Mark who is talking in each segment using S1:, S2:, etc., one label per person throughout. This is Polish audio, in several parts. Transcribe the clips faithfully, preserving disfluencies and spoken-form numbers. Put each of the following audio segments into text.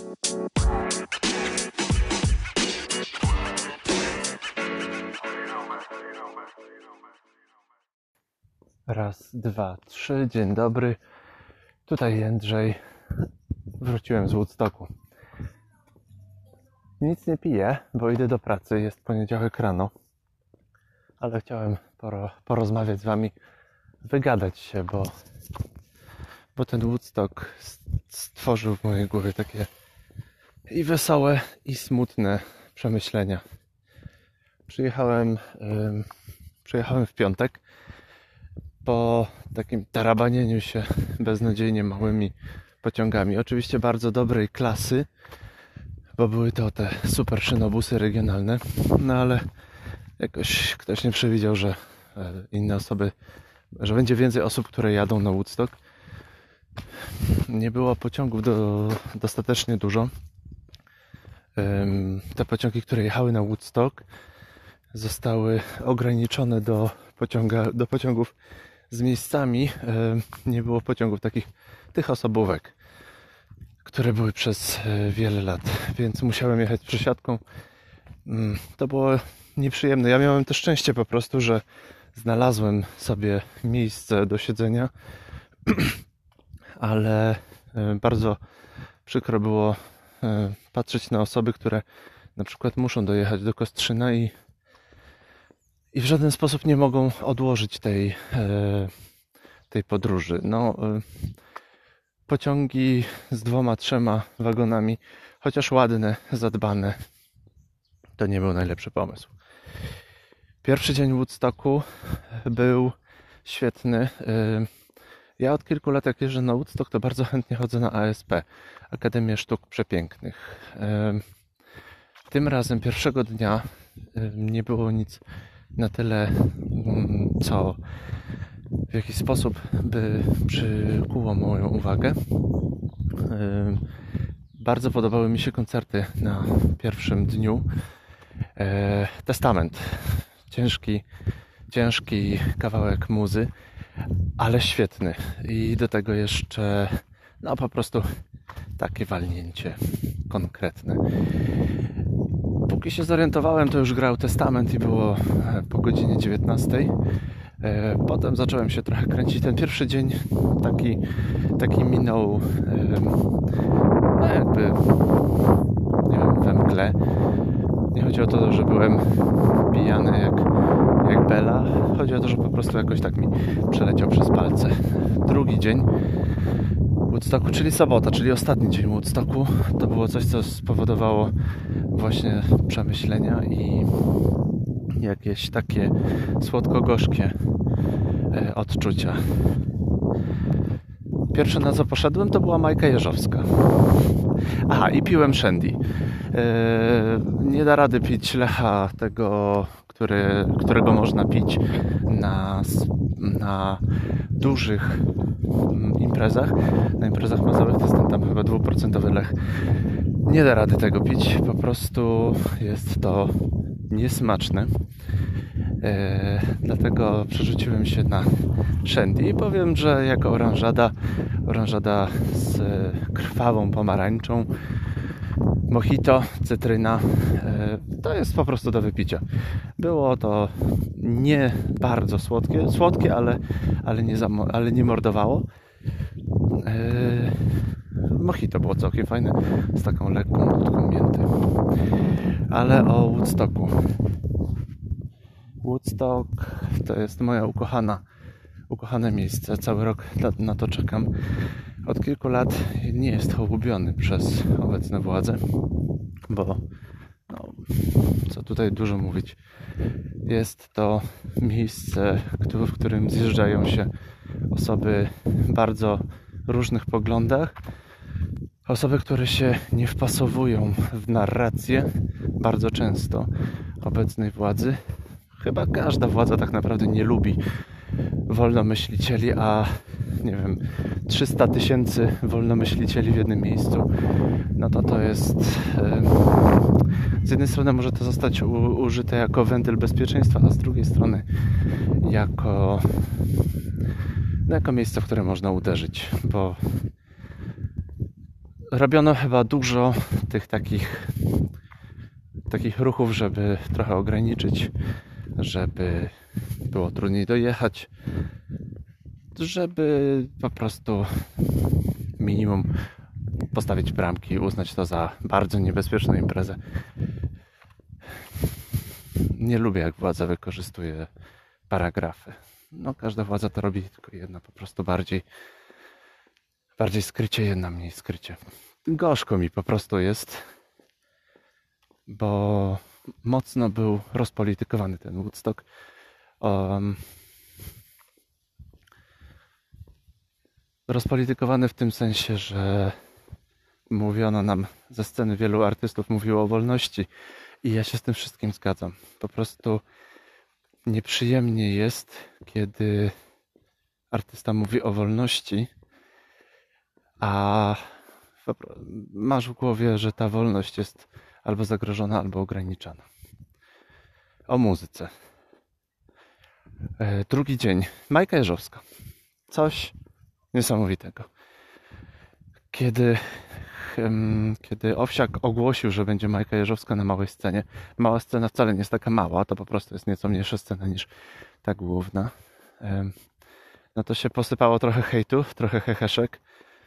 S1: Raz, dwa, trzy, dzień dobry. Tutaj Jędrzej. Wróciłem z Woodstocku. Nic nie piję, bo idę do pracy, jest poniedziałek rano. Ale chciałem poro, porozmawiać z wami, wygadać się, bo, bo ten Woodstock stworzył w mojej głowie takie i wesołe, i smutne przemyślenia. Przyjechałem, yy, przyjechałem w piątek po takim tarabanieniu się beznadziejnie małymi pociągami. Oczywiście bardzo dobrej klasy, bo były to te super szynobusy regionalne, no ale jakoś ktoś nie przewidział, że inne osoby, że będzie więcej osób, które jadą na Woodstock. Nie było pociągów do, dostatecznie dużo. Te pociągi, które jechały na Woodstock, zostały ograniczone do, pociąga, do pociągów z miejscami. Nie było pociągów takich, tych osobówek, które były przez wiele lat, więc musiałem jechać przesiadką. To było nieprzyjemne. Ja miałem też szczęście po prostu, że znalazłem sobie miejsce do siedzenia, ale bardzo przykro było patrzeć na osoby, które na przykład muszą dojechać do Kostrzyna i, i w żaden sposób nie mogą odłożyć tej, tej podróży. No, pociągi z dwoma, trzema wagonami, chociaż ładne, zadbane, to nie był najlepszy pomysł. Pierwszy dzień Woodstocku był świetny. Ja od kilku lat, jak jeżdżę na Woodstock, to bardzo chętnie chodzę na A S P, Akademię Sztuk Przepięknych. Tym razem pierwszego dnia nie było nic na tyle, co w jakiś sposób by przykuło moją uwagę. Bardzo podobały mi się koncerty na pierwszym dniu. Testament. Ciężki, ciężki kawałek muzy, ale świetny. I do tego jeszcze, no po prostu takie walnięcie konkretne. Póki się zorientowałem, to już grał Testament i było po godzinie dziewiętnastej. Potem zacząłem się trochę kręcić. Ten pierwszy dzień taki, taki minął no jakby, nie wiem, we mgle. Nie chodzi o to, że byłem pijany jak, jak Bela. Chodzi o to, że po prostu jakoś tak mi przeleciał przez palce. Drugi dzień Woodstocku, czyli sobota, czyli ostatni dzień Woodstocku, to było coś, co spowodowało właśnie przemyślenia i jakieś takie słodko-gorzkie odczucia. Pierwsze, na co poszedłem, to była Majka Jeżowska. Aha, i piłem Shandy. Nie da rady pić Lecha tego, który, którego można pić na, na dużych imprezach. Na imprezach mazowych to jest ten tam chyba dwuprocentowy Lech. Nie da rady tego pić, po prostu jest to niesmaczne. E, dlatego przerzuciłem się na Shandy i powiem, że jako oranżada, oranżada z krwawą pomarańczą, mojito, cytryna, e, to jest po prostu do wypicia. Było to nie bardzo słodkie, słodkie, ale, ale, nie, zamo- ale nie mordowało. E, mojito było całkiem fajne, z taką lekką nutką mięty. Ale o Woodstocku. Woodstock to jest moja ukochana, ukochane miejsce. Cały rok na to czekam. Od kilku lat nie jest hołubiony przez obecne władze, bo no, co tutaj dużo mówić. Jest to miejsce, w którym zjeżdżają się osoby bardzo różnych poglądach. Osoby, które się nie wpasowują w narrację bardzo często obecnej władzy. Chyba każda władza tak naprawdę nie lubi wolnomyślicieli, a nie wiem, trzysta tysięcy wolnomyślicieli w jednym miejscu, no to to jest yy, z jednej strony może to zostać u, użyte jako wentyl bezpieczeństwa, a z drugiej strony jako no, jako miejsce, w które można uderzyć, bo robiono chyba dużo tych takich takich ruchów, żeby trochę ograniczyć, żeby było trudniej dojechać, żeby po prostu minimum postawić bramki i uznać to za bardzo niebezpieczną imprezę. Nie lubię, jak władza wykorzystuje paragrafy. No, każda władza to robi, tylko jedna po prostu bardziej bardziej skrycie, jedna mniej skrycie. Gorzko mi po prostu jest, bo mocno był rozpolitykowany ten Woodstock. Um, rozpolitykowany w tym sensie, że mówiono nam ze sceny, wielu artystów mówiło o wolności i ja się z tym wszystkim zgadzam. Po prostu nieprzyjemnie jest, kiedy artysta mówi o wolności, a masz w głowie, że ta wolność jest albo zagrożona, albo ograniczana. O muzyce. Drugi dzień. Majka Jeżowska. Coś niesamowitego. Kiedy, kiedy Owsiak ogłosił, że będzie Majka Jeżowska na małej scenie, mała scena wcale nie jest taka mała, to po prostu jest nieco mniejsza scena niż ta główna, no to się posypało trochę hejtu, trochę heheszek,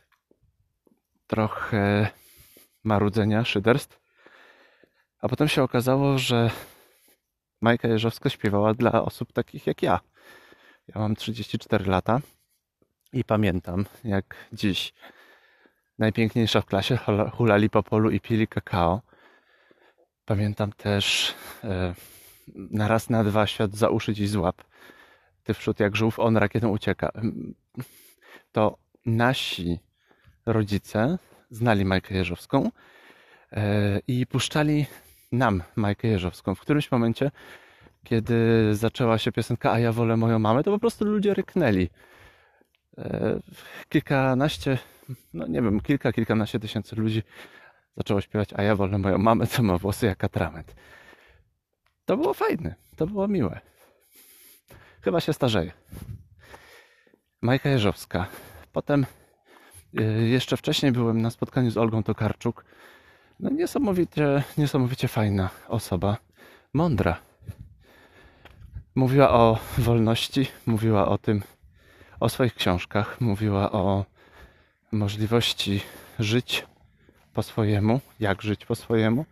S1: trochę marudzenia, szyderstw. A potem się okazało, że Majka Jeżowska śpiewała dla osób takich jak ja. Ja mam trzydzieści cztery lata i pamiętam, jak dziś najpiękniejsza w klasie hulali po polu i pili kakao. Pamiętam też e, na raz, na dwa świat za uszy dziś złap. Ty wśród jak żółw, on rakietą ucieka. To nasi rodzice znali Majkę Jeżowską e, i puszczali nam Majkę Jeżowską. W którymś momencie, kiedy zaczęła się piosenka A ja wolę moją mamę, to po prostu ludzie ryknęli. E, kilkanaście, no nie wiem, kilka, kilkanaście tysięcy ludzi zaczęło śpiewać A ja wolę moją mamę, co ma włosy jak atrament. To było fajne, to było miłe. Chyba się starzeje. Majka Jeżowska. Potem jeszcze wcześniej byłem na spotkaniu z Olgą Tokarczuk. No niesamowicie, niesamowicie fajna osoba. Mądra. Mówiła o wolności, mówiła o tym, o swoich książkach, mówiła o możliwości żyć po swojemu, jak żyć po swojemu.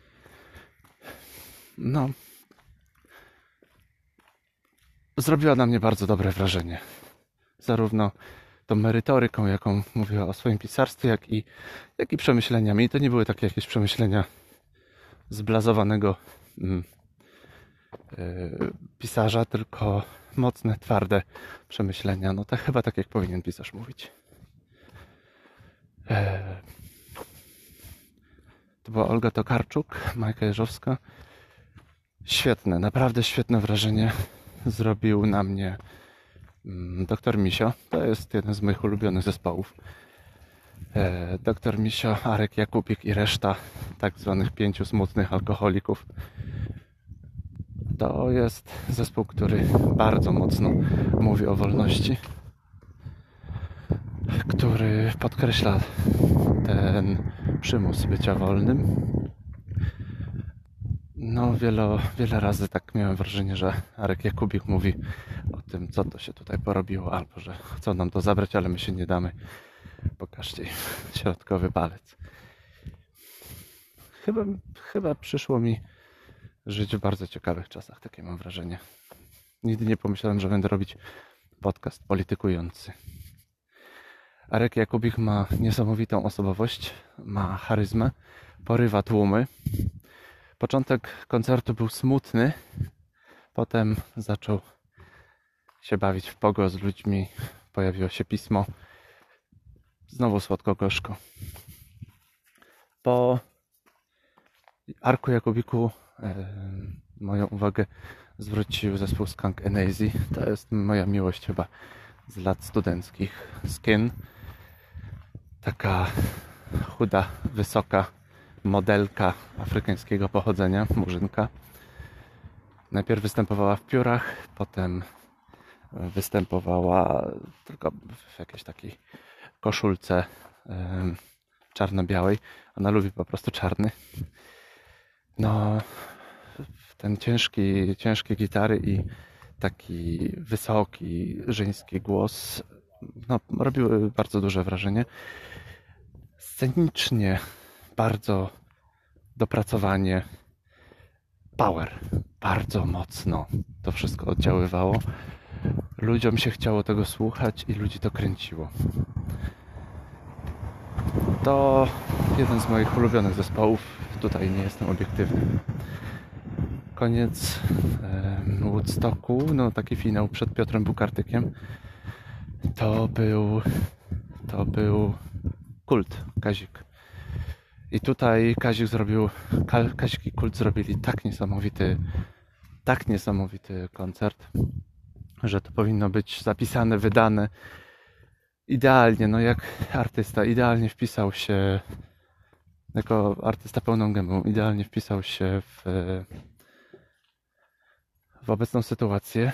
S1: No, zrobiła na mnie bardzo dobre wrażenie. Zarówno tą merytoryką, jaką mówiła o swoim pisarstwie, jak i, jak i przemyśleniami. I to nie były takie jakieś przemyślenia zblazowanego mm, yy, pisarza, tylko mocne, twarde przemyślenia. No to chyba tak, jak powinien pisarz mówić. Eee, to była Olga Tokarczuk, Majka Jeżowska. Świetne, naprawdę świetne wrażenie zrobił na mnie Doktor Misio. To jest jeden z moich ulubionych zespołów. Doktor Misio, Arek Jakubik i reszta tak zwanych pięciu smutnych alkoholików. To jest zespół, który bardzo mocno mówi o wolności, który podkreśla ten przymus bycia wolnym. No, wiele, wiele razy tak miałem wrażenie, że Arek Jakubik mówi o tym, co to się tutaj porobiło, albo że chcą nam to zabrać, ale my się nie damy. Pokażcie im środkowy palec. Chyba, chyba przyszło mi żyć w bardzo ciekawych czasach, takie mam wrażenie. Nigdy nie pomyślałem, że będę robić podcast politykujący. Arek Jakubik ma niesamowitą osobowość, ma charyzmę, porywa tłumy. Początek koncertu był smutny, potem zaczął się bawić w pogo z ludźmi, pojawiło się pismo, znowu słodko-gorzko. Po Arku Jakubiku e, moją uwagę zwrócił zespół Skunk Anansi. To jest moja miłość chyba z lat studenckich. Skin, taka chuda, wysoka modelka afrykańskiego pochodzenia, murzynka. Najpierw występowała w piórach, potem występowała tylko w jakiejś takiej koszulce czarno-białej. Ona lubi po prostu czarny. No, ten ciężki, ciężkie gitary i taki wysoki, żeński głos no, robiły bardzo duże wrażenie. Scenicznie bardzo dopracowanie, power, bardzo mocno to wszystko oddziaływało. Ludziom się chciało tego słuchać i ludzi to kręciło. To jeden z moich ulubionych zespołów. Tutaj nie jestem obiektywny. Koniec e, Woodstocku, no taki finał przed Piotrem Bukartykiem. To był to był Kult, Kazik. I tutaj Kazik zrobił, Kazik i Kult zrobili tak niesamowity, tak niesamowity koncert, że to powinno być zapisane, wydane idealnie, no jak artysta, idealnie wpisał się, jako artysta pełną gębą, idealnie wpisał się w, w obecną sytuację,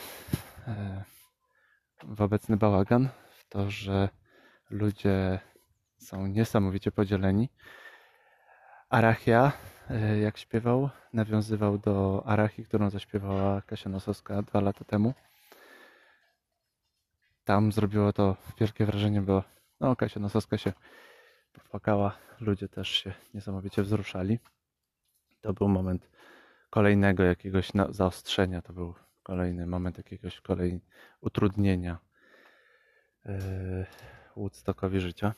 S1: w obecny bałagan, w to, że ludzie są niesamowicie podzieleni. Arachia, jak śpiewał, nawiązywał do Arachii, którą zaśpiewała Kasia Nosowska dwa lata temu. Tam zrobiło to wielkie wrażenie, bo no, Kasia Nosowska się popłakała, ludzie też się niesamowicie wzruszali. To był moment kolejnego jakiegoś zaostrzenia, to był kolejny moment jakiegoś kolej utrudnienia yy, Woodstockowi życia.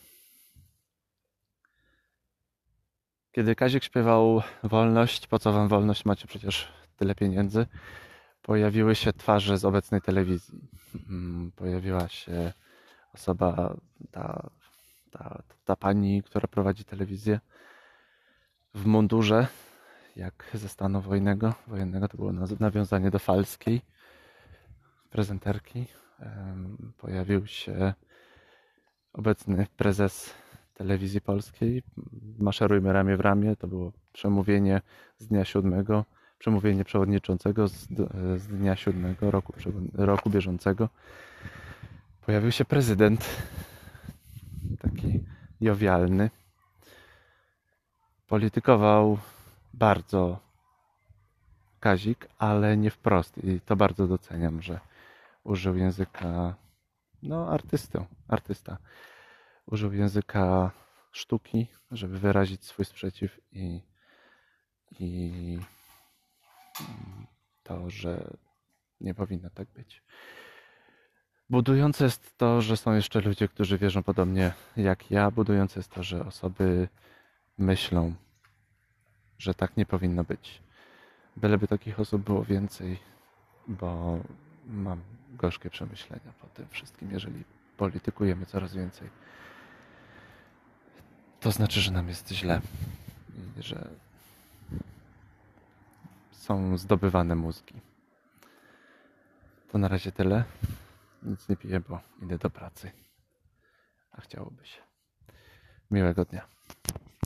S1: Kiedy Kazik śpiewał Wolność, po co wam wolność, macie przecież tyle pieniędzy, pojawiły się twarze z obecnej telewizji. Pojawiła się osoba, ta, ta, ta pani, która prowadzi telewizję w mundurze, jak ze stanu wojennego. wojennego. To było nawiązanie do Falskiej, prezenterki. Pojawił się obecny prezes Telewizji Polskiej. Maszerujmy ramię w ramię. To było przemówienie z dnia siódmego, przemówienie przewodniczącego z, z dnia siódmego roku, roku bieżącego. Pojawił się prezydent, taki jowialny. Politykował bardzo Kazik, ale nie wprost. I to bardzo doceniam, że użył języka, no artystę, artysta. Użył języka sztuki, żeby wyrazić swój sprzeciw i, i to, że nie powinno tak być. Budujące jest to, że są jeszcze ludzie, którzy wierzą podobnie jak ja. Budujące jest to, że osoby myślą, że tak nie powinno być. Byleby takich osób było więcej, bo mam gorzkie przemyślenia po tym wszystkim. Jeżeli politykujemy coraz więcej, to znaczy, że nam jest źle i że są zdobywane mózgi. To na razie tyle. Nic nie piję, bo idę do pracy. A chciałoby się. Miłego dnia.